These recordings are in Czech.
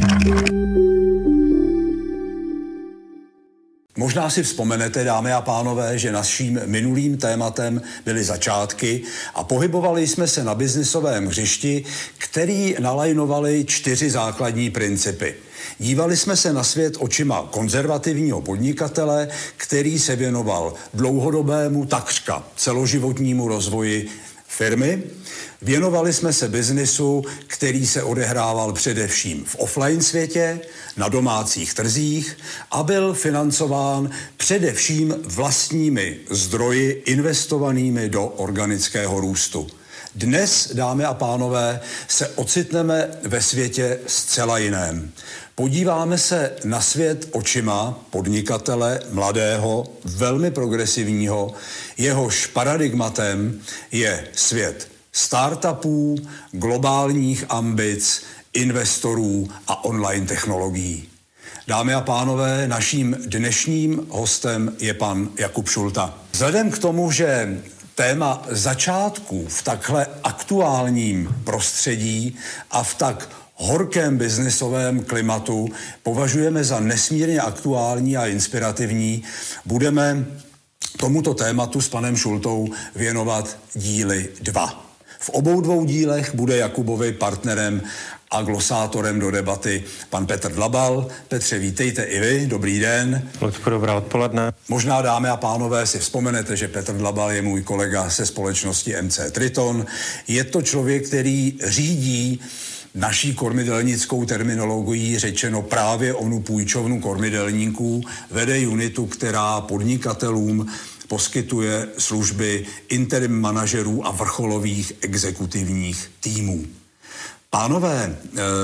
Možná si vzpomenete, dámy a pánové, že naším minulým tématem byly začátky a pohybovali jsme se na biznisovém hřišti, který nalajnovali 4 základní principy. Dívali jsme se na svět očima konzervativního podnikatele, který se věnoval dlouhodobému, takřka celoživotnímu rozvoji firmy. Věnovali jsme se biznisu, který se odehrával především v offline světě, na domácích trzích a byl financován především vlastními zdroji investovanými do organického růstu. Dnes, dámy a pánové, se ocitneme ve světě zcela jiném. Podíváme se na svět očima podnikatele mladého, velmi progresivního, jehož paradigmatem je svět startupů, globálních ambic, investorů a online technologií. Dámy a pánové, naším dnešním hostem je pan Jakub Šulta. Vzhledem k tomu, že téma začátků v takhle aktuálním prostředí a v tak horkém biznisovém klimatu považujeme za nesmírně aktuální a inspirativní, budeme tomuto tématu s panem Šultou věnovat díly 2. V obou 2 dílech bude Jakubovi partnerem a glosátorem do debaty pan Petr Dlabal. Petře, vítejte i vy, dobrý den. Luďku, dobré odpoledne. Možná, dámy a pánové, si vzpomenete, že Petr Dlabal je můj kolega se společnosti MC Triton. Je to člověk, který řídí naší kormidelnickou terminologií řečeno právě onu půjčovnu kormidelníků, vede unitu, která podnikatelům poskytuje služby interim manažerů a vrcholových exekutivních týmů. Pánové,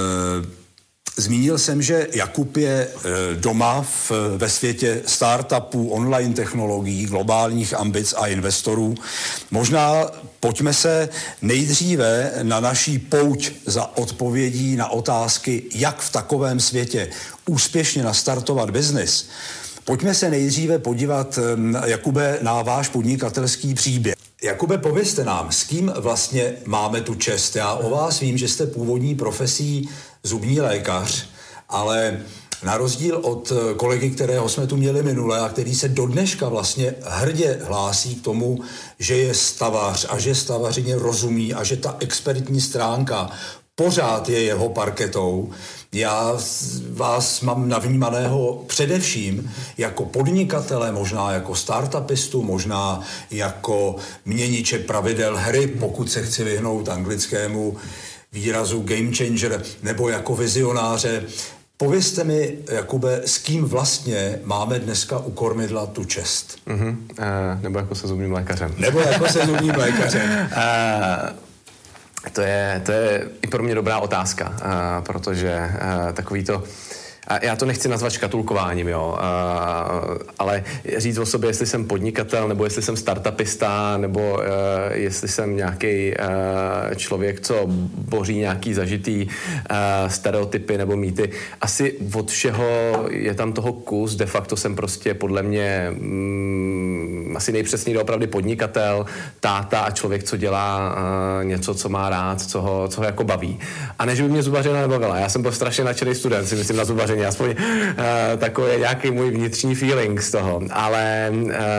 zmínil jsem, že Jakub je doma ve světě startupů, online technologií, globálních ambic a investorů. Možná pojďme se nejdříve na naší pouť za odpovědí na otázky, jak v takovém světě úspěšně nastartovat biznis. Pojďme se nejdříve podívat, Jakube, na váš podnikatelský příběh. Jakube, povězte nám, s kým vlastně máme tu čest. Já o vás vím, že jste původní profesí zubní lékař, ale na rozdíl od kolegy, kterého jsme tu měli minule a který se do dneška vlastně hrdě hlásí k tomu, že je stavař a že stavařině rozumí a že ta expertní stránka pořád je jeho parketou. Já vás mám navnímaného především jako podnikatele, možná jako startupistu, možná jako měniče pravidel hry, pokud se chci vyhnout anglickému výrazu game changer, nebo jako vizionáře. Povězte mi, Jakube, s kým vlastně máme dneska u kormidla tu čest? Nebo jako se zubním lékařem. Nebo jako se zubním lékařem. To je i pro mě dobrá otázka, protože takový to... Já to nechci nazvat škatulkováním, jo, ale říct o sobě, jestli jsem podnikatel, nebo jestli jsem startupista, nebo jestli jsem nějaký člověk, co boří nějaký zažitý stereotypy nebo mýty. Asi od všeho je tam toho kus, de facto jsem prostě podle mě asi nejpřesněji doopravdy podnikatel, táta a člověk, co dělá něco, co má rád, co ho jako baví. A ne, že by mě zubařina nebavila. Já jsem byl strašně nadšený student, si myslím, na zubaření. Aspoň takový nějaký můj vnitřní feeling z toho. Ale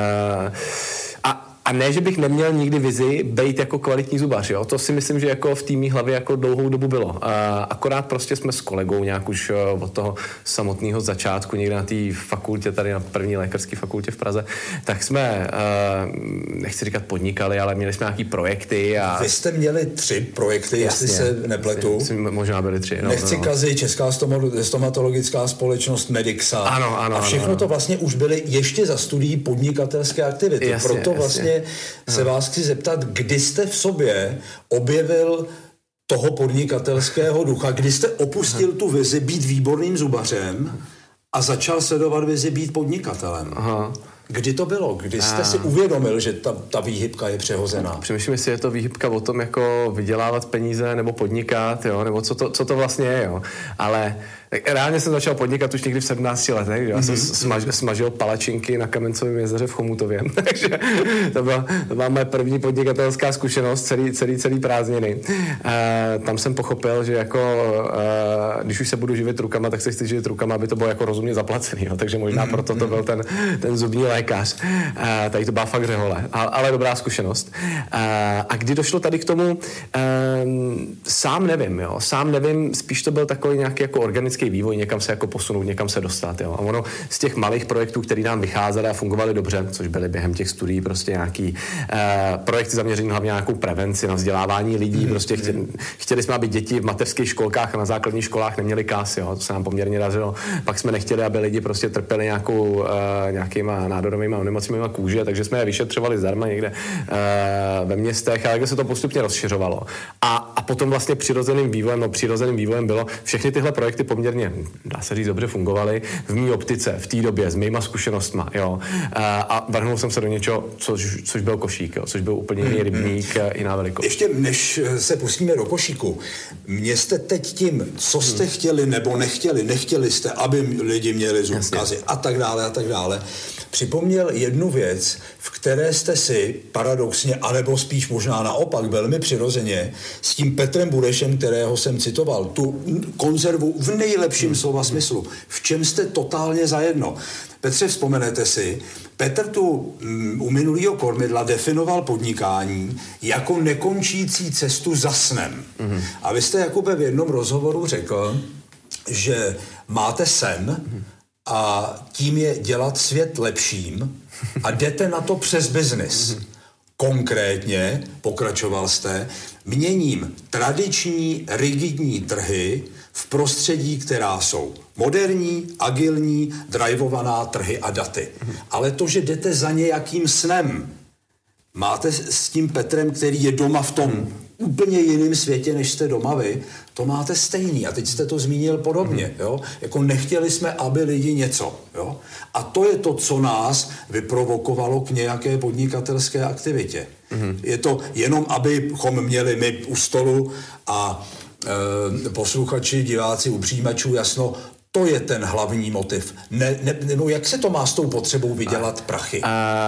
a ne, že bych neměl nikdy vizi být jako kvalitní zubař, jo? To si myslím, že jako v té mý hlavě jako dlouhou dobu bylo. Akorát prostě jsme s kolegou nějak už od toho samotného začátku někde na té fakultě, tady na první lékařské fakultě v Praze, tak jsme, nechci říkat podnikali, ale měli jsme nějaký projekty. A... Vy jste měli 3 projekty, jasně, jestli se nepletu. Možná byly 3. Nechci kazit, Česká stomatologická společnost Medixa. Ano, a všechno to vlastně už byly ještě za studií podnikatelské aktivity. Jasně, proto vlastně se vás chci zeptat, kdy jste v sobě objevil toho podnikatelského ducha, kdy jste opustil tu vizi být výborným zubařem a začal sledovat vizi být podnikatelem. Kdy to bylo? Kdy jste si uvědomil, že ta výhybka je přehozená? Přemýšlím, jestli je to výhybka o tom, jako vydělávat peníze nebo podnikat, jo? Nebo co to vlastně je, jo? Ale reálně jsem začal podnikat už někdy v 17 letech, já jsem smažil palačinky na Kamencovém jezeře v Chomutově, takže to byla moje první podnikatelská zkušenost celý prázdniny. Tam jsem pochopil, že jako když už se budu živit rukama, tak se chci živit rukama, aby to bylo jako rozumně zaplacený, jo. Takže možná proto to byl ten zubní lékař. Tady to byla fakt řehole, ale dobrá zkušenost. A kdy došlo tady k tomu, sám nevím, spíš to byl takový nějaký jako organický vývoj, někam se jako posunout, někam se dostat, jo. A ono z těch malých projektů, které nám vycházely a fungovaly dobře, což byly během těch studií prostě nějaký projekty zaměřený hlavně na nějakou prevenci, na vzdělávání lidí, prostě chtěli jsme, aby děti v mateřských školkách a na základních školách neměli kás, jo. To se nám poměrně dařilo. Pak jsme nechtěli, aby lidi prostě trpěli nějakýma nádorovými onemocněními kůže, takže jsme je vyšetřovali zdarma někde ve městech, ale se to postupně rozšiřovalo. A potom vlastně přirozeným vývojem bylo, všechny tyhle projekty poměrně, dá se říct, dobře fungovaly v mý optice, v té době, s mýma zkušenostma, jo. A vrhnul jsem se do něčeho, což byl košík, jo, což byl úplně jiný rybník, jiná velikost. Ještě než se pustíme do košíku, mě jste teď tím, co jste chtěli nebo nechtěli jste, aby lidi měli zubkazy a tak dále, připomněl jednu věc, v které jste si paradoxně, anebo spíš možná naopak, velmi přirozeně, s tím Petrem Burešem, kterého jsem citoval, tu konzervu v nejlepším slova smyslu, v čem jste totálně zajedno. Petře, vzpomenete si, Petr tu u minulého kormidla definoval podnikání jako nekončící cestu za snem. A vy jste, Jakube, v jednom rozhovoru řekl, že máte sen a tím je dělat svět lepším a jdete na to přes biznis. Konkrétně, pokračoval jste, měním tradiční, rigidní trhy v prostředí, která jsou moderní, agilní, drivovaná trhy a daty. Ale to, že jdete za nějakým snem, máte s tím Petrem, který je doma v tom úplně jiném světě, než jste doma vy, to máte stejný. A teď jste to zmínil podobně. Jo? Jako nechtěli jsme, aby lidi něco. Jo? A to je to, co nás vyprovokovalo k nějaké podnikatelské aktivitě. Je to jenom, abychom měli my u stolu a posluchači, diváci u přijímačů jasno, to je ten hlavní motiv. No jak se to má s tou potřebou vydělat prachy?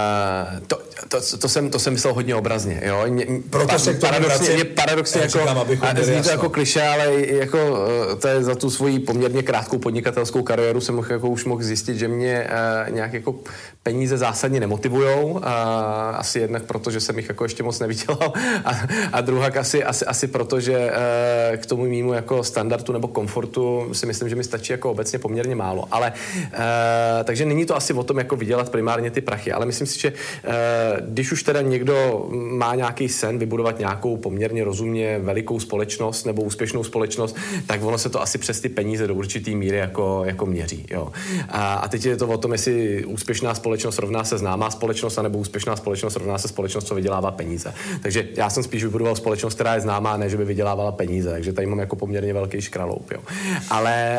To jsem myslel hodně obrazně, jo. Proto se paradoxně jako, zní to jako klišé, ale jako to je za tu svoji poměrně krátkou podnikatelskou kariéru jsem už mohl zjistit, že mě nějak jako peníze zásadně nemotivujou. Asi jednak proto, že jsem jich jako ještě moc nevydělal a druhak asi proto, že k tomu mýmu jako standardu nebo komfortu si myslím, že mi stačí jako obecně poměrně málo. Ale takže není to asi o tom jako vydělat primárně ty prachy, ale myslím si, že když už teda někdo má nějaký sen vybudovat nějakou poměrně rozumně velikou společnost nebo úspěšnou společnost, tak ono se to asi přes ty peníze do určitý míry jako měří. Jo. A teď je to o tom, jestli úspěšná společnost rovná se známá společnost, anebo úspěšná společnost rovná se společnost, co vydělává peníze. Takže já jsem spíš vybudoval společnost, která je známá, ne že by vydělávala peníze, takže tady mám jako poměrně velký škraloup. Jo. Ale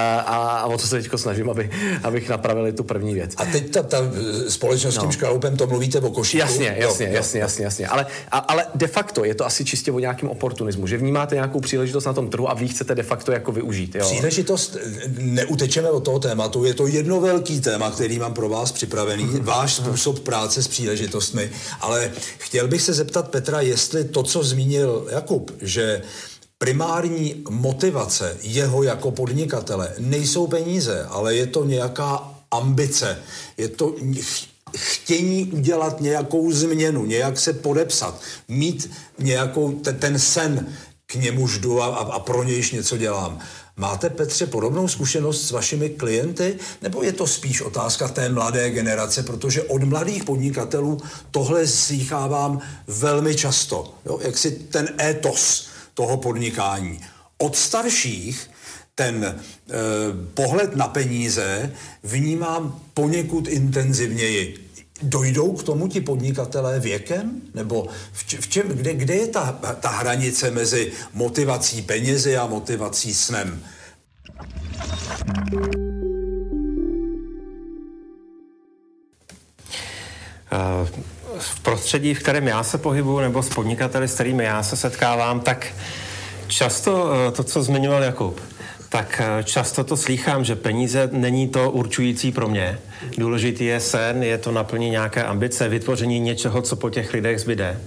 a o to se teď snažím, abych napravili tu první věc. A teď ta společnost s tím škraloupem, to mluvíte o košíku? Jasně. Ale de facto je to asi čistě o nějakém oportunismu, že vnímáte nějakou příležitost na tom trhu a vy chcete de facto jako využít. Jo? Příležitost, neutečeme od toho tématu, je to jedno velký téma, který mám pro vás připravený, váš způsob práce s příležitostmi, ale chtěl bych se zeptat Petra, jestli to, co zmínil Jakub, že primární motivace jeho jako podnikatele nejsou peníze, ale je to nějaká ambice, je to chtění udělat nějakou změnu, nějak se podepsat, mít nějakou ten sen, k němuž jdu a pro nějž něco dělám. Máte, Petře, podobnou zkušenost s vašimi klienty? Nebo je to spíš otázka té mladé generace? Protože od mladých podnikatelů tohle slýchávám velmi často. Jo? Jak si ten étos toho podnikání. Od starších ten pohled na peníze vnímám poněkud intenzivněji. Dojdou k tomu ti podnikatelé věkem? Nebo kde je ta hranice mezi motivací penězi a motivací snem? V prostředí, v kterém já se pohybuju, nebo s podnikateli, s kterými já se setkávám, tak často to, co zmiňoval Jakub, tak často to slýchám, že peníze není to určující pro mě. Důležitý je sen, je to naplnění nějaké ambice, vytvoření něčeho, co po těch lidech zbyde.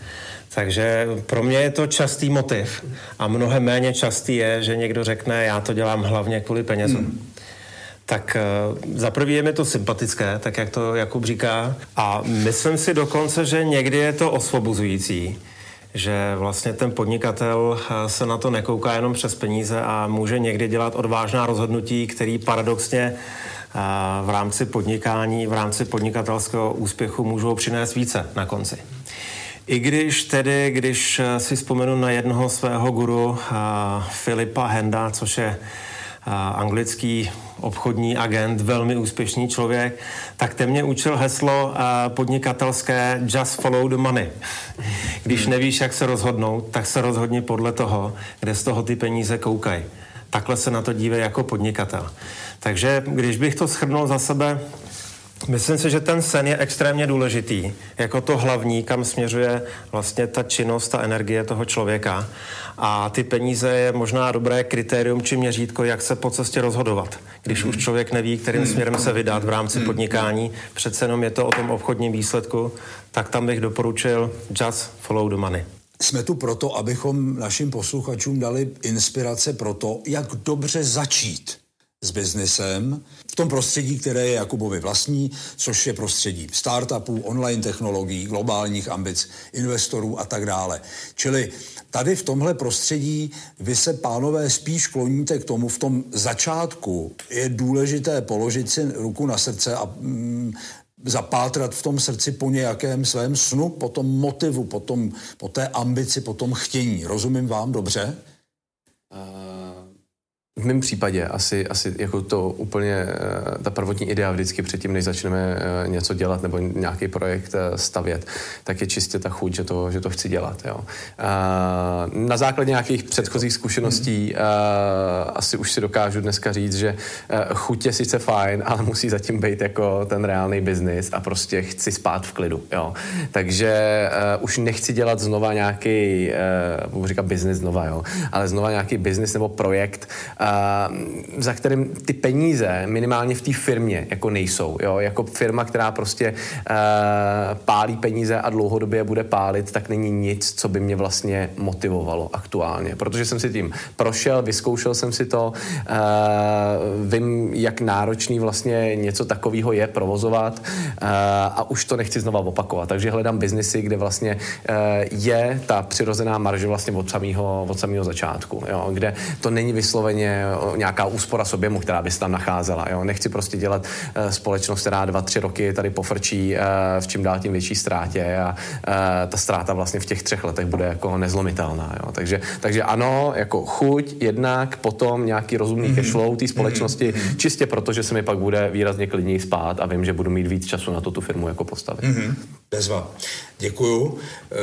Takže pro mě je to častý motiv a mnohem méně častý je, že někdo řekne, já to dělám hlavně kvůli penězům. Tak za prvý je mi to sympatické, tak jak to Jakub říká. A myslím si dokonce, že někdy je to osvobozující, že vlastně ten podnikatel se na to nekouká jenom přes peníze a může někdy dělat odvážná rozhodnutí, který paradoxně v rámci podnikání, v rámci podnikatelského úspěchu můžou přinést více na konci. I když si vzpomenu na jednoho svého guru, Philippa Henda, což je anglický obchodní agent, velmi úspěšný člověk, tak ten mě učil heslo podnikatelské just follow the money. Když nevíš, jak se rozhodnout, tak se rozhodni podle toho, kde z toho ty peníze koukají. Takhle se na to dívej jako podnikatel. Takže když bych to shrnul za sebe, myslím si, že ten sen je extrémně důležitý, jako to hlavní, kam směřuje vlastně ta činnost, ta energie toho člověka. A ty peníze je možná dobré kritérium či měřítko, jak se po cestě rozhodovat. Když už člověk neví, kterým směrem se vydat v rámci podnikání, přece jenom je to o tom obchodním výsledku, tak tam bych doporučil just follow the money. Jsme tu proto, abychom našim posluchačům dali inspirace pro to, jak dobře začít s biznesem v tom prostředí, které je Jakubovi vlastní, což je prostředí startupů, online technologií, globálních ambic, investorů a tak dále. Čili tady v tomhle prostředí vy se, pánové, spíš kloníte k tomu, v tom začátku je důležité položit si ruku na srdce a zapátrat v tom srdci po nějakém svém snu, po tom motivu, po té ambici, po tom chtění. Rozumím vám dobře? V mém případě asi jako to úplně ta prvotní idea vždycky předtím, než začneme něco dělat nebo nějaký projekt stavět, tak je čistě ta chuť, že to chci dělat. Jo. Na základě nějakých předchozích zkušeností asi už si dokážu dneska říct, že chuť je sice fajn, ale musí zatím být jako ten reálný biznis a prostě chci spát v klidu. Jo. Takže už nechci dělat znova nějaký, budu říkat biznis znova, jo, ale znova nějaký biznis nebo projekt, za kterým ty peníze minimálně v té firmě jako nejsou. Jo? Jako firma, která prostě pálí peníze a dlouhodobě bude pálit, tak není nic, co by mě vlastně motivovalo aktuálně. Protože jsem si tím prošel, vyzkoušel jsem si to, vím, jak náročný vlastně něco takového je provozovat a už to nechci znova opakovat. Takže hledám biznisy, kde vlastně je ta přirozená marže vlastně od samého začátku. Jo? Kde to není vysloveně nějaká úspora s objemu, která by se tam nacházela. Jo? Nechci prostě dělat společnost, která 2-3 roky tady pofrčí v čím dál tím větší ztrátě a ta ztráta vlastně v těch 3 letech bude jako nezlomitelná. Jo? Takže ano, jako chuť jednak, potom nějaký rozumný cash flow té společnosti, čistě proto, že se mi pak bude výrazně klidněji spát a vím, že budu mít víc času na to tu firmu jako postavit. Bezva. Děkuju.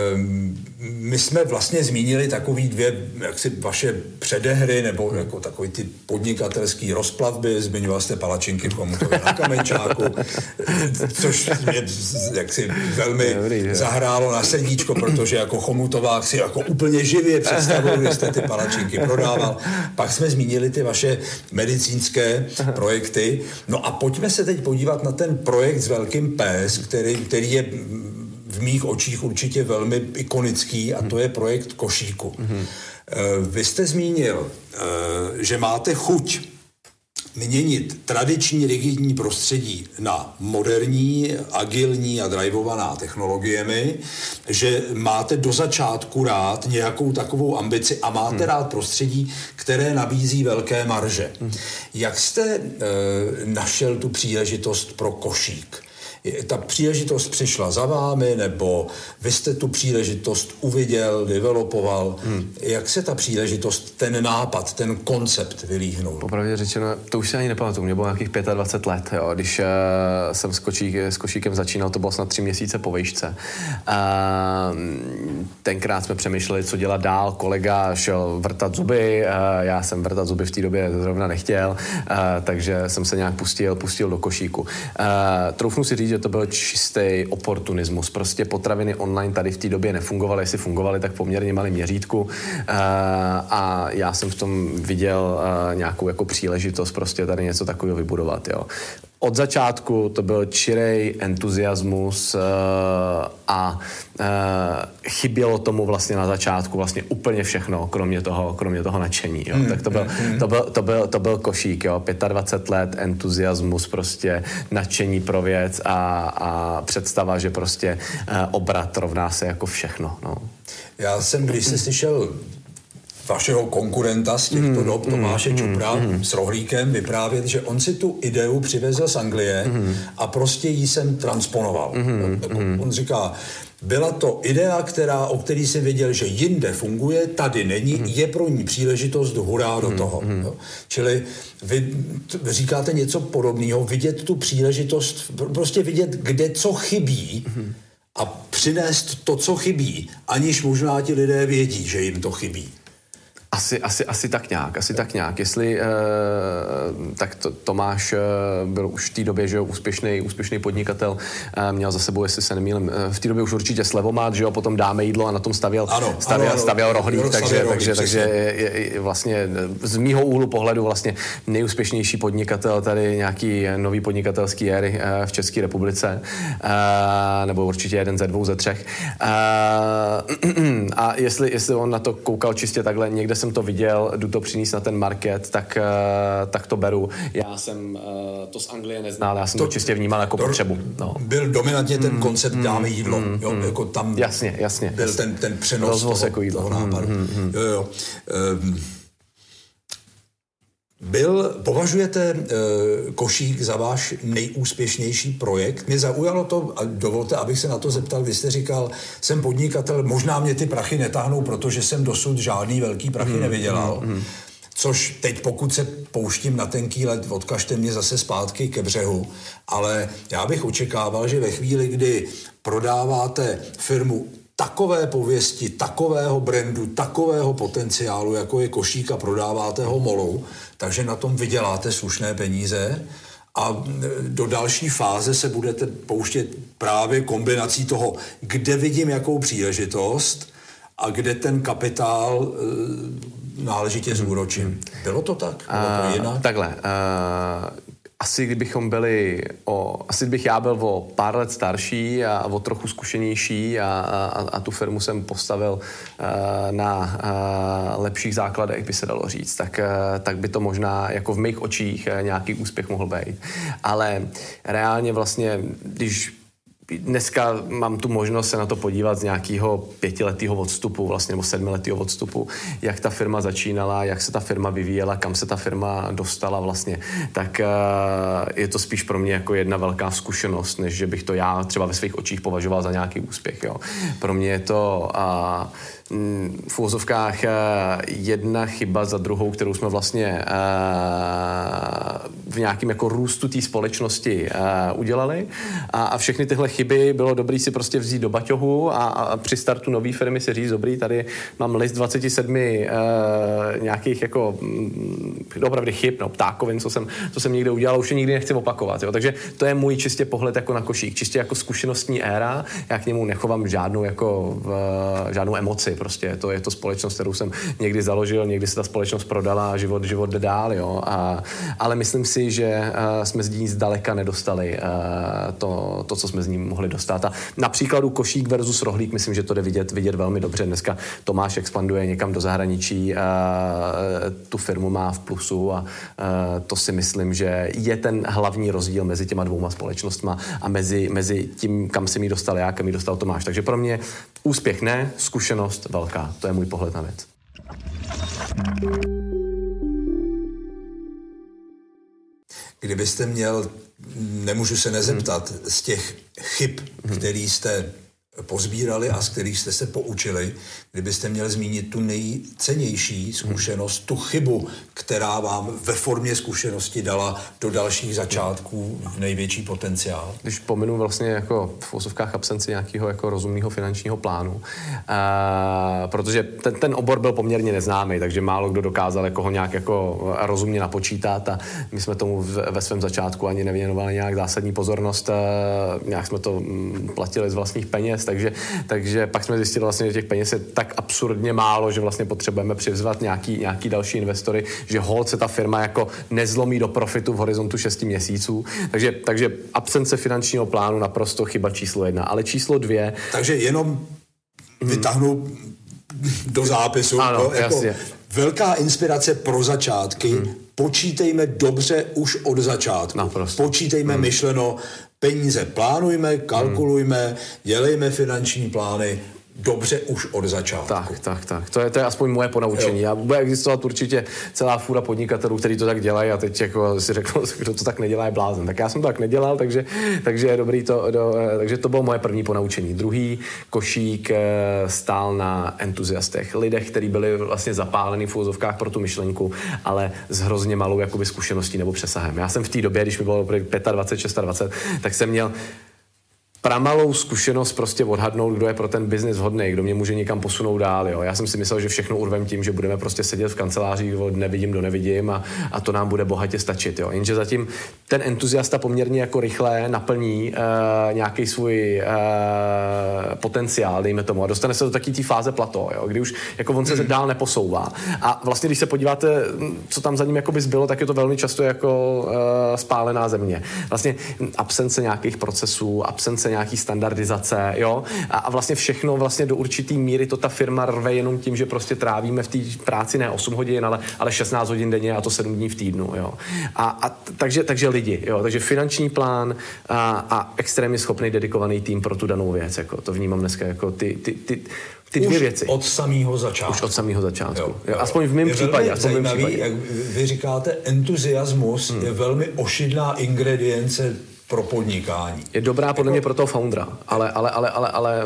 My jsme vlastně zmínili takový 2 jaksi vaše předehry nebo jako takový ty podnikatelský rozplavby. Zmiňoval jste palačinky v Chomutově na Kamenčáku, což mě jaksi velmi zahrálo na srdíčko, protože jako Chomutovák si jako úplně živě představuju, že jste ty palačinky prodával. Pak jsme zmínili ty vaše medicínské projekty. No a pojďme se teď podívat na ten projekt s velkým P, který je v mých očích určitě velmi ikonický a to je projekt košíku. Vy jste zmínil, že máte chuť měnit tradiční rigidní prostředí na moderní, agilní a drivovaná technologiemi, že máte do začátku rád nějakou takovou ambici a máte rád prostředí, které nabízí velké marže. Jak jste našel tu příležitost pro košík? Ta příležitost přišla za vámi, nebo vy jste tu příležitost uviděl, developoval? Jak se ta příležitost, ten nápad, ten koncept vylíhnul? Popravdě řečeno, to už se ani nepamatuju, mě bylo nějakých 25 let, jo, když jsem s košíkem začínal, to bylo snad 3 měsíce po vejšce. Tenkrát jsme přemýšleli, co dělat dál, kolega šel vrtat zuby, já jsem vrtat zuby v té době zrovna nechtěl, takže jsem se nějak pustil do košíku. Troufnu si říct, že to byl čistý oportunismus. Prostě potraviny online tady v té době nefungovaly, jestli fungovaly, tak poměrně malým měřítku a já jsem v tom viděl nějakou jako příležitost prostě tady něco takového vybudovat, jo. od začátku to byl čirej entuziasmus a chybělo tomu vlastně na začátku vlastně úplně všechno, kromě toho nadšení. Jo. Tak to byl Košík, jo. 25 let, entuziasmus, prostě nadšení pro věc a představa, že prostě obrat rovná se jako všechno. No. Já jsem, když jsi slyšel vašeho konkurenta z těchto dob, Tomáše Čupra, s Rohlíkem, vyprávět, že on si tu ideu přivezl z Anglie a prostě ji sem transponoval. On říká, byla to idea, o který si věděl, že jinde funguje, tady není, je pro ní příležitost, hurá do toho. Čili vy říkáte něco podobného, vidět tu příležitost, prostě vidět, kde co chybí, a přinést to, co chybí, aniž možná ti lidé vědí, že jim to chybí. Asi tak nějak. Jestli tak Tomáš byl už v té době, že jo, úspěšný podnikatel, měl za sebou, jestli se nemýlím, v té době už určitě Slevomat, že jo, potom Dáme jídlo a na tom stavěl Rohlík, takže je vlastně z mýho úhlu pohledu vlastně nejúspěšnější podnikatel tady nějaký nový podnikatelský éry v České republice, nebo určitě jeden ze 2, ze 3. A jestli on na to koukal čistě takhle, někde jsem to viděl, jdu to přinést na ten market, tak to beru. Já jsem to z Anglie neznal, já jsem to čistě vnímal jako potřebu. No. Byl dominantně ten koncept Dáme jídlo. Jako tam jasně. Byl ten přenos toho nápadu. Jo. Považujete Košík za váš nejúspěšnější projekt? Mě zaujalo to, a dovolte, abych se na to zeptal, když jste říkal, jsem podnikatel, možná mě ty prachy netáhnou, protože jsem dosud žádný velký prachy nevydělal. Což teď, pokud se pouštím na tenký led, odkažte mě zase zpátky ke břehu, ale já bych očekával, že ve chvíli, kdy prodáváte firmu takové pověsti, takového brandu, takového potenciálu, jako je Košík, a prodáváte ho MOLu, takže na tom vyděláte slušné peníze a do další fáze se budete pouštět právě kombinací toho, kde vidím jakou příležitost a kde ten kapitál náležitě zúročím. Bylo to tak? Bylo to jinak? Takhle. Asi kdybych já byl o pár let starší a o trochu zkušenější a tu firmu jsem postavil na lepších základech, by se dalo říct, tak by to možná jako v mých očích nějaký úspěch mohl být. Ale reálně vlastně, když dneska mám tu možnost se na to podívat z nějakého 5letého odstupu, vlastně, nebo 7letého odstupu, jak ta firma začínala, jak se ta firma vyvíjela, kam se ta firma dostala vlastně, tak je to spíš pro mě jako jedna velká zkušenost, než že bych to já třeba ve svých očích považoval za nějaký úspěch. Jo. Pro mě je to v uvozovkách jedna chyba za druhou, kterou jsme vlastně v nějakém jako růstu té společnosti udělali a všechny tyhle chyby bylo dobrý si prostě vzít do baťohu a při startu nové firmy si říct, dobrý, tady mám list 27 nějakých jako opravdu chyb, ptákovin, co jsem někde udělal, už je nikdy nechci opakovat. Jo. Takže to je můj čistě pohled jako na Košík, čistě jako zkušenostní éra, já k němu nechovám žádnou emoci. Prostě je to společnost, kterou jsem někdy založil, někdy se ta společnost prodala a život jde dál, jo. Ale myslím si, že jsme z ní zdaleka nedostali to, co jsme z ní mohli dostat. A na příkladu Košík versus Rohlík, myslím, že to jde vidět velmi dobře. Dneska Tomáš expanduje někam do zahraničí, tu firmu má v plusu a to si myslím, že je ten hlavní rozdíl mezi těma dvouma společnostma a mezi tím, kam jsem ji dostal já, kam ji dostal Tomáš. Takže pro mě úspěch ne, zkušenost velká. To je můj pohled na věc. Kdybyste měl, nemůžu se nezeptat, z těch chyb, který jste pozbírali a z kterých jste se poučili, kdybyste měl zmínit tu nejcennější zkušenost, tu chybu, která vám ve formě zkušenosti dala do dalších začátků v největší potenciál? Když pominu vlastně jako v uvozovkách absenci nějakého jako rozumného finančního plánu, protože ten obor byl poměrně neznámý, takže málo kdo dokázal jako ho nějak jako rozumně napočítat a my jsme tomu ve svém začátku ani nevěnovali nějak zásadní pozornost, nějak jsme to platili z vlastních peněz, takže pak jsme zjistili vlastně, že těch peněz je tak absurdně málo, že vlastně potřebujeme přizvat nějaký další investory, že holt se ta firma jako nezlomí do profitu v horizontu 6 měsíců. Takže absence finančního plánu naprosto chyba číslo 1. Ale číslo 2... Takže jenom vytáhnu do zápisu. Ano, jako velká inspirace pro začátky. Počítejme dobře už od začátku. Naprosto. Počítejme myšleno, peníze plánujme, kalkulujme, dělejme finanční plány dobře už od začátku. Tak. To je aspoň moje ponaučení. A bude existovat určitě celá fůra podnikatelů, kteří to tak dělají a teď jako si řekl, kdo to tak nedělá, je blázen. Tak já jsem to tak nedělal, takže je dobrý takže to bylo moje první ponaučení. Druhý košík stál na entuziastech, lidech, kteří byli vlastně zapálení v úvozovkách pro tu myšlenku, ale s hrozně malou jakoby zkušeností nebo přesahem. Já jsem v té době, když mi bylo 25, 26, tak jsem měl pramalou zkušenost prostě odhadnout, kdo je pro ten biznis vhodný, kdo mě může někam posunout dál. Jo. Já jsem si myslel, že všechno urvem tím, že budeme prostě sedět v kanceláři od nevidím do nevidím a to nám bude bohatě stačit. Jo. Jenže zatím ten entuziasta poměrně jako rychle naplní nějaký svůj potenciál, dejme tomu, a dostane se do takové té fáze plato, jo, kdy už jako on se dál neposouvá. A vlastně, když se podíváte, co tam za ním jakoby zbylo, tak je to velmi často jako spálená země. Vlastně absence nějakých procesů, absence nějaký standardizace, jo, a vlastně všechno vlastně do určitý míry to ta firma rve jenom tím, že prostě trávíme v té práci ne 8 hodin, ale 16 hodin denně a to 7 dní v týdnu, jo. Takže lidi, jo, takže finanční plán a extrémně schopný dedikovaný tým pro tu danou věc, jako to vnímám dneska jako ty dvě věci. Od samého začátku. Už od samého začátku. Jo. Aspoň v mém případě. Jak vy říkáte, entuziasmus je velmi ošidná ingredience pro podnikání. Je dobrá podle mě pro toho foundera, ale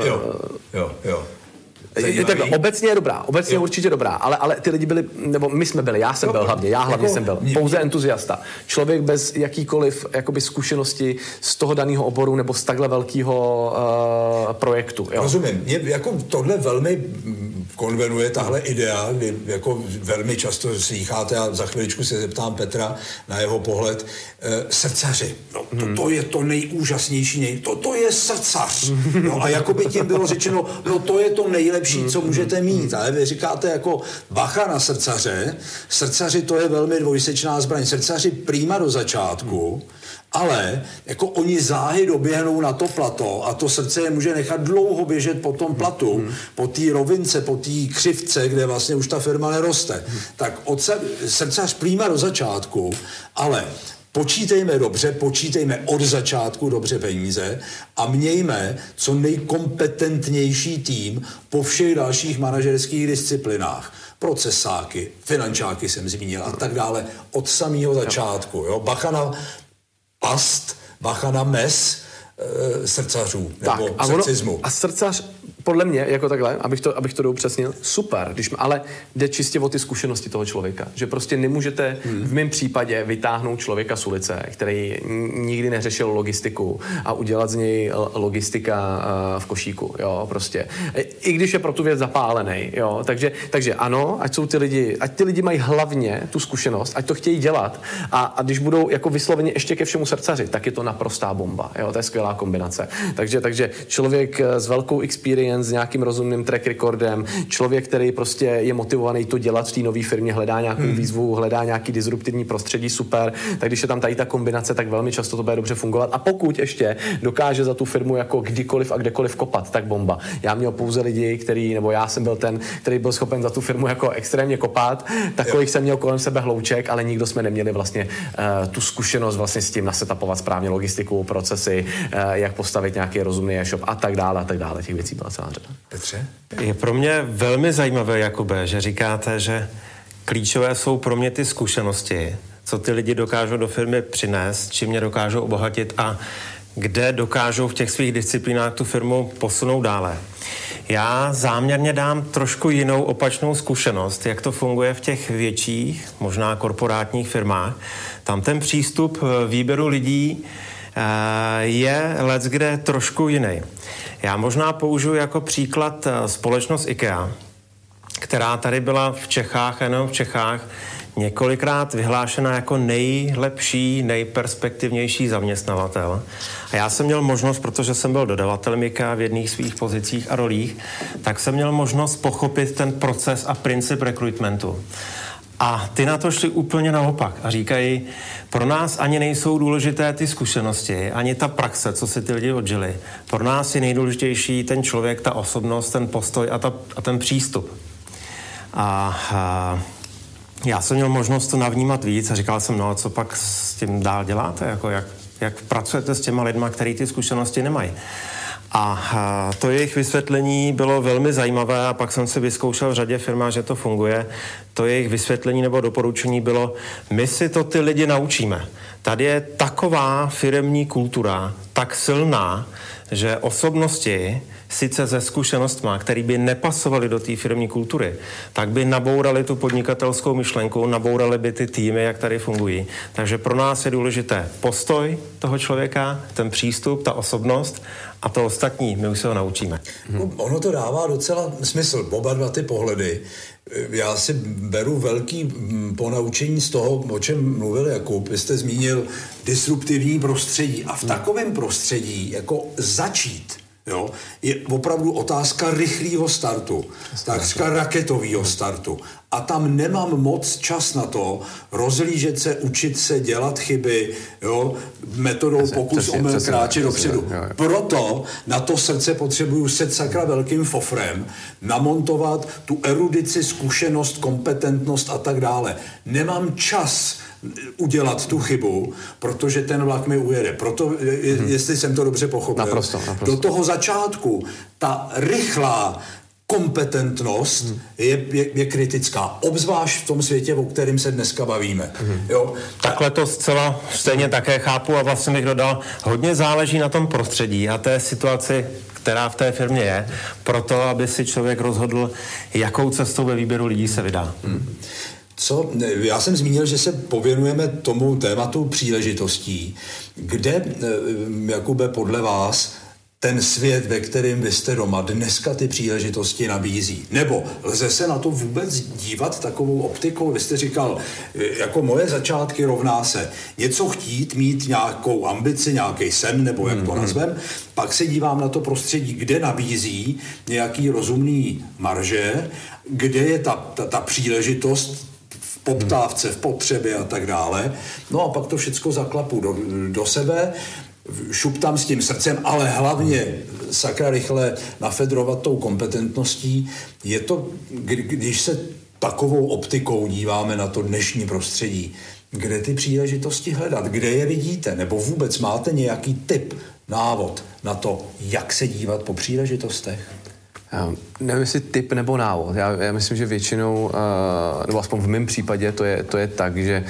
Jo. Takhle, obecně je dobrá, je určitě dobrá, ale ty lidi byli, nebo my jsme byli, já jsem byl hlavně, jsem byl pouze entuziasta. Člověk bez jakýkoliv jakoby zkušenosti z toho daného oboru nebo z takhle velkého projektu. Jo. Rozumím. Mě jako tohle velmi konvenuje tahle idea, kdy jako velmi často slýcháte, a za chviličku se zeptám Petra na jeho pohled, srdcaři. No, to je to nejúžasnější, to je srdcař. No, a jako by tím bylo řečeno, no to je to nejlepší, co můžete mít. Ale vy říkáte jako bacha na srdcaře. Srdcaři to je velmi dvojsečná zbraň. Srdcaři prýma do začátku, ale jako oni záhy doběhnou na to plato a to srdce je může nechat dlouho běžet po tom platu, po té rovince, po té křivce, kde vlastně už ta firma neroste. Tak srdcař prýma do začátku, ale počítejme dobře, počítejme od začátku dobře peníze a mějme co nejkompetentnější tým po všech dalších manažerských disciplinách. Procesáky, finančáky jsem zmínil a tak dále od samého začátku. Jo? Bacha na past, bacha na mes srdcařů nebo srdcismu. A srdcař podle mě, jako takhle, abych to doupřesnil, super, ale jde čistě o ty zkušenosti toho člověka. Že prostě nemůžete v mém případě vytáhnout člověka z ulice, který nikdy neřešil logistiku a udělat z něj logistika v košíku, jo, prostě. I když je pro tu věc zapálený, jo, takže ano, ať ty lidi mají hlavně tu zkušenost, ať to chtějí dělat a když budou jako vysloveně ještě ke všemu srdcaři, tak je to naprostá bomba, jo, to je skvělá kombinace. Takže člověk s velkou experience, s nějakým rozumným track recordem, člověk, který prostě je motivovaný to dělat v té nové firmě, hledá nějakou výzvu, hledá nějaký disruptivní prostředí, super, tak když je tam tady ta kombinace, tak velmi často to bude dobře fungovat a pokud ještě dokáže za tu firmu jako kdykoliv a kdekoliv kopat, tak bomba. Já měl pouze lidi, já jsem byl ten, který byl schopen za tu firmu jako extrémně kopat, takových jsem měl kolem sebe hlouček, ale nikdo jsme neměli vlastně tu zkušenost vlastně s tím nasetapovat správně logistiku, procesy, jak postavit nějaký rozumný e-shop a tak dále. Těch věcí byla celá řada. Petře? Je pro mě velmi zajímavé, Jakube, že říkáte, že klíčové jsou pro mě ty zkušenosti, co ty lidi dokážou do firmy přinést, čím mě dokážou obohatit a kde dokážou v těch svých disciplínách tu firmu posunout dále. Já záměrně dám trošku jinou opačnou zkušenost, jak to funguje v těch větších, možná korporátních firmách. Tam ten přístup výběru lidí je leckde trošku jiný. Já možná použiju jako příklad společnost IKEA, která tady byla v Čechách, a nejen v Čechách, několikrát vyhlášena jako nejlepší, nejperspektivnější zaměstnavatel. A já jsem měl možnost, protože jsem byl dodavatelem IKEA v jedných svých pozicích a rolích, tak jsem měl možnost pochopit ten proces a princip rekrutmentu. A ty na to šli úplně naopak a říkají, pro nás ani nejsou důležité ty zkušenosti, ani ta praxe, co si ty lidi odžili. Pro nás je nejdůležitější ten člověk, ta osobnost, ten postoj a ten přístup. A já jsem měl možnost to navnímat víc a říkal jsem, no co pak s tím dál děláte, jako jak pracujete s těma lidma, který ty zkušenosti nemají. A to jejich vysvětlení bylo velmi zajímavé a pak jsem si vyzkoušel v řadě firmách, že to funguje. To jejich vysvětlení nebo doporučení bylo, my si to ty lidi naučíme. Tady je taková firemní kultura, tak silná, že osobnosti sice ze zkušenostma, který by nepasovaly do té firemní kultury, tak by nabourali tu podnikatelskou myšlenku, nabourali by ty týmy, jak tady fungují. Takže pro nás je důležité postoj toho člověka, ten přístup, ta osobnost a to ostatní, my už se ho naučíme. Ono to dává docela smysl, oba dva ty pohledy. Já si beru velký ponaučení z toho, o čem mluvil Jakub. Vy jste zmínil disruptivní prostředí a v takovém prostředí jako začít, jo, je opravdu otázka rychlého startu, takřka raketového startu. A tam nemám moc čas na to rozlížet se, učit se, dělat chyby, jo, metodou pokus omyl kráčet dopředu. Proto na to srdce potřebuju set sakra velkým fofrem, namontovat tu erudici, zkušenost, kompetentnost a tak dále. Nemám čas udělat tu chybu, protože ten vlak mi ujede. Proto, jestli jsem to dobře pochopil, naprosto. Do toho začátku ta rychlá kompetentnost je kritická. Obzvlášť v tom světě, o kterém se dneska bavíme. Jo? Takhle to zcela stejně také chápu a vlastně bych dodal, hodně záleží na tom prostředí a té situaci, která v té firmě je, proto, aby si člověk rozhodl, jakou cestou ve výběru lidí se vydá. Já jsem zmínil, že se pověnujeme tomu tématu příležitostí. Kde, Jakube, podle vás ten svět, ve kterém vy jste doma, dneska ty příležitosti nabízí? Nebo lze se na to vůbec dívat takovou optikou? Vy jste říkal, jako moje začátky rovná se něco chtít, mít nějakou ambici, nějaký sen, nebo jak to nazvem, pak se dívám na to prostředí, kde nabízí nějaký rozumný marže, kde je ta příležitost v poptávce, v potřebě a tak dále. No a pak to všecko zaklapu do sebe, šuptám s tím srdcem, ale hlavně sakra rychle nafedrovat tou kompetentností. Je to, když se takovou optikou díváme na to dnešní prostředí, kde ty příležitosti hledat, kde je vidíte, nebo vůbec máte nějaký tip, návod na to, jak se dívat po příležitostech? Nevím, jestli tip nebo návod. Já myslím, že většinou, nebo aspoň v mém případě, to je tak, že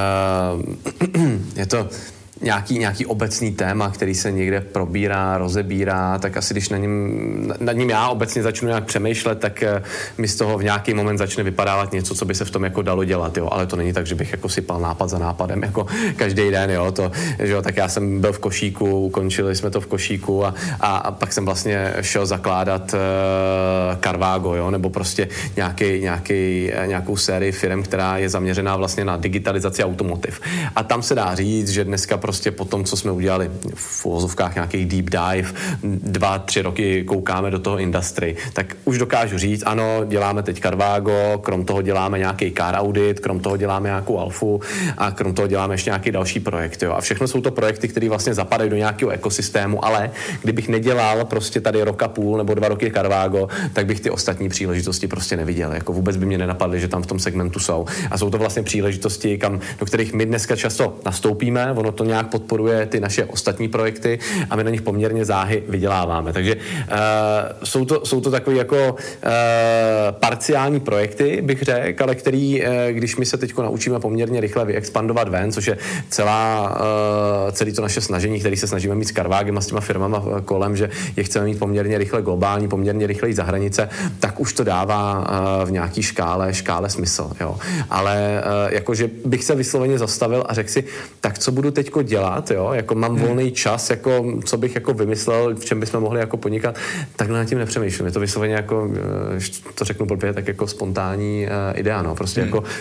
je to nějaký obecný téma, který se někde probírá, rozebírá, tak asi když nad ním já obecně začnu nějak přemýšlet, tak mi z toho v nějaký moment začne vypadávat něco, co by se v tom jako dalo dělat, jo. Ale to není tak, že bych jako sypal nápad za nápadem, jako každý den, jo. Že jo, tak já jsem byl v košíku, ukončili jsme to v košíku a pak jsem vlastně šel zakládat Carvago, jo, nebo prostě nějakou sérii firm, která je zaměřená vlastně na digitalizaci automotiv. A tam se dá říct, že dneska prostě po tom, co jsme udělali v uvozovkách nějakých deep dive, 2-3 roky koukáme do toho industry, tak už dokážu říct, ano, děláme teď Carvago, krom toho děláme nějaký car audit, krom toho děláme nějakou alfu a krom toho děláme ještě nějaký další projekt, jo. A všechno jsou to projekty, které vlastně zapadají do nějakého ekosystému, ale kdybych nedělal prostě tady roka půl nebo 2 roky Carvago, tak bych ty ostatní příležitosti prostě neviděl. Jako vůbec by mě nenapadly, že tam v tom segmentu jsou. A jsou to vlastně příležitosti, do kterých my dneska často nastoupíme, ono to nějak podporuje ty naše ostatní projekty a my na nich poměrně záhy vyděláváme. Takže jsou to takové jako parciální projekty, bych řekl, ale který, když my se teď naučíme poměrně rychle vyexpandovat ven, což je celé to naše snažení, které se snažíme mít s Carvagem a s těma firmama kolem, že je chceme mít poměrně rychle globální, poměrně rychle za hranice, tak už to dává v nějaký škále smysl. Jo. Ale jakože bych se vysloveně zastavil a řekl si, tak co budu teďko dělat, jo? Jako mám volný čas, jako co bych jako vymyslel, v čem bychom mohli jako podnikat, takhle nad tím nepřemýšlím. Je to vysloveně jako, to řeknu blbě, tak jako spontánní idea, no. Prostě jako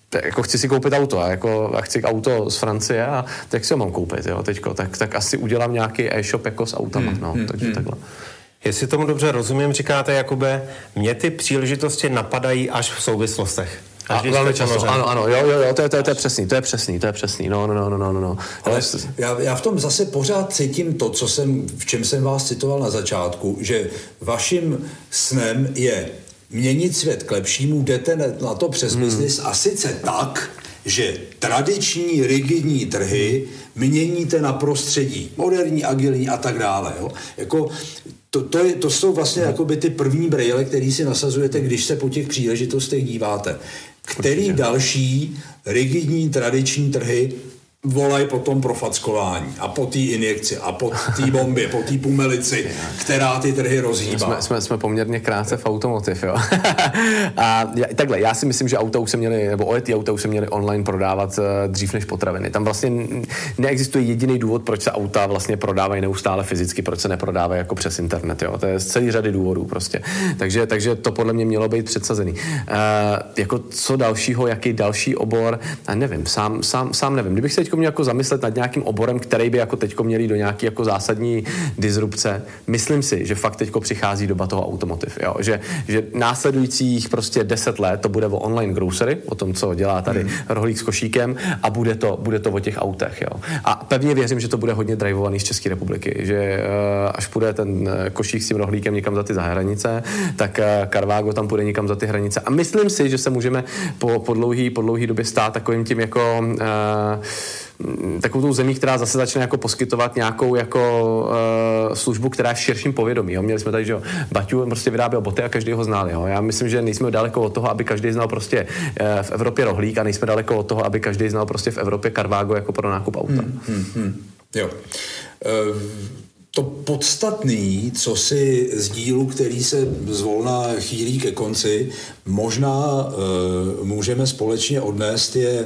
jako chci si koupit auto a chci auto z Francie a tak si ho mám koupit, jo, teďko, tak asi udělám nějaký e-shop jako s autama, takže takhle. Jestli tomu dobře rozumím, říkáte, Jakube, mě ty příležitosti napadají až v souvislostech. Velmi často, ano, jo, to je přesný, no. Ale já v tom zase pořád cítím to, v čem jsem vás citoval na začátku, že vaším snem je měnit svět k lepšímu, jdete na to přes biznis a sice tak, že tradiční, rigidní trhy měníte na prostředí, moderní, agilní a tak dále. Jo? Jako, to jsou vlastně jakoby ty první brejle, které si nasazujete, když se po těch příležitostech díváte. Který další rigidní, tradiční trhy volají po tom profackování a po té injekci a po té bombě, po té pumelici, která ty trhy rozhýbá. Jsme poměrně krátce v automotiv, jo. A takhle, já si myslím, že auta už se měly, nebo ojetý auta už se měly online prodávat dřív než potraviny. Tam vlastně neexistuje jediný důvod, proč se auta vlastně prodávají neustále fyzicky, proč se neprodávají jako přes internet, jo. To je z celé řady důvodů prostě. Takže to podle mě mělo být předsazený. Jako co dalšího, jaký další obor, nevím, sám nevím. Kdybych se měl jako zamyslet nad nějakým oborem, který by jako teďko měli do nějaký jako zásadní disrupce. Myslím si, že fakt teďko přichází doba toho automotiv, jo? Že následujících prostě 10 let to bude o online grocery, o tom, co dělá tady rohlík s košíkem a bude to o těch autech, jo? A pevně věřím, že to bude hodně drivovaný z České republiky, že až půjde ten košík s tím rohlíkem někam za ty hranice, tak Carvago tam půjde někam za ty hranice a myslím si, že se můžeme po dlouhý době stát takovým tím jako takovou tou zemí, která zase začne jako poskytovat nějakou jako službu, která je v širším povědomí. Jo? Měli jsme tady, že jo, Baťu prostě vyráběl boty a každý ho znal. Jo? Já myslím, že nejsme daleko od toho, aby každý znal prostě v Evropě rohlík a nejsme daleko od toho, aby každý znal prostě v Evropě Carvago jako pro nákup auta. Jo. To podstatný, co si z dílu, který se zvolna chýlí ke konci, možná můžeme společně odnést, je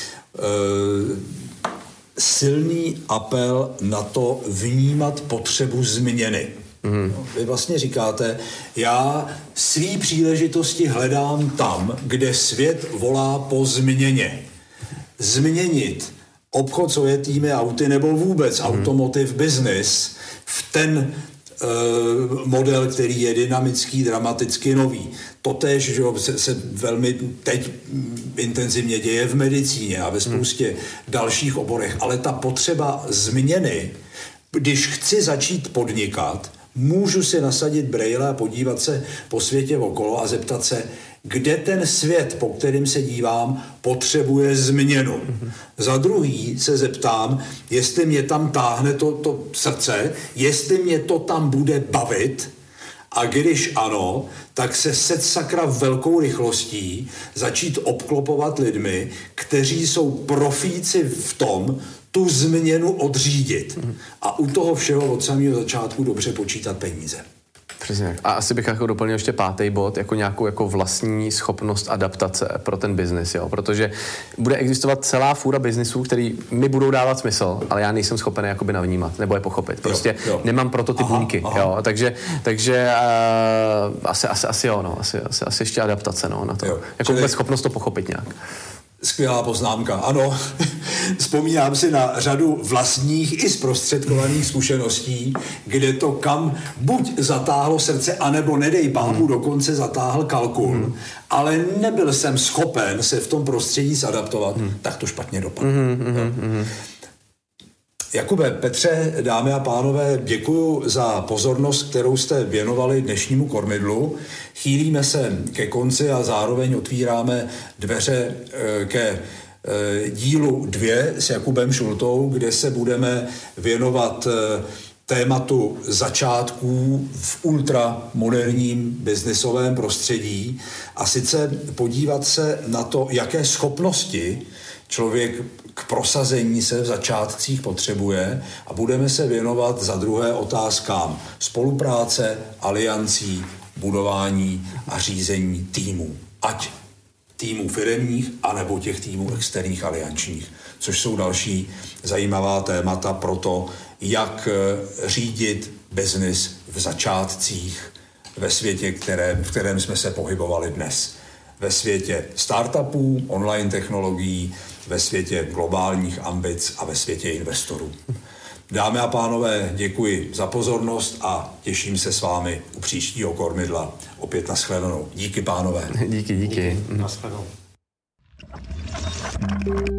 silný apel na to vnímat potřebu změny. Vy vlastně říkáte, já svý příležitosti hledám tam, kde svět volá po změně. Změnit obchod s ojetými auty nebo vůbec automotive business v ten model, který je dynamický, dramaticky nový. Totéž, že se velmi teď intenzivně děje v medicíně a ve spoustě dalších oborech, ale ta potřeba změny, když chci začít podnikat, můžu si nasadit brejle a podívat se po světě okolo a zeptat se, kde ten svět, po kterým se dívám, potřebuje změnu. Za druhý se zeptám, jestli mě tam táhne to srdce, jestli mě to tam bude bavit a když ano, tak se sakra velkou rychlostí začít obklopovat lidmi, kteří jsou profíci v tom, tu změnu odřídit. A u toho všeho od samého začátku dobře počítat peníze. Přesně. A asi bych jako doplnil ještě 5. bod, jako nějakou jako vlastní schopnost adaptace pro ten biznis, jo, protože bude existovat celá fůra biznisů, který mi budou dávat smysl, ale já nejsem schopen jakoby navnímat nebo je pochopit. Prostě nemám proto ty buňky, jo, takže asi jo, no, asi ještě adaptace, no, na to. Jo. Jako vůbec schopnost to pochopit nějak. Skvělá poznámka. Ano, vzpomínám si na řadu vlastních i zprostředkovaných zkušeností, kde to kam buď zatáhlo srdce, anebo nedej pámu dokonce zatáhl kalkul, ale nebyl jsem schopen se v tom prostředí zadaptovat, tak to špatně dopadlo. Jakube, Petře, dámy a pánové, děkuju za pozornost, kterou jste věnovali dnešnímu kormidlu. Chýlíme se ke konci a zároveň otvíráme dveře ke dílu 2 s Jakubem Šultou, kde se budeme věnovat tématu začátků v ultramoderním biznisovém prostředí a sice podívat se na to, jaké schopnosti člověk k prosazení se v začátcích potřebuje a budeme se věnovat za druhé otázkám spolupráce, aliancí, budování a řízení týmů. Ať týmů firemních, anebo těch týmů externích aliančních, což jsou další zajímavá témata pro to, jak řídit biznis v začátcích ve světě, v kterém jsme se pohybovali dnes. ve světě startupů, online technologií, ve světě globálních ambic a ve světě investorů. Dámy a pánové, děkuji za pozornost a těším se s vámi u příštího Kormidla. Opět nashledanou. Díky, pánové. Díky. Nashledanou.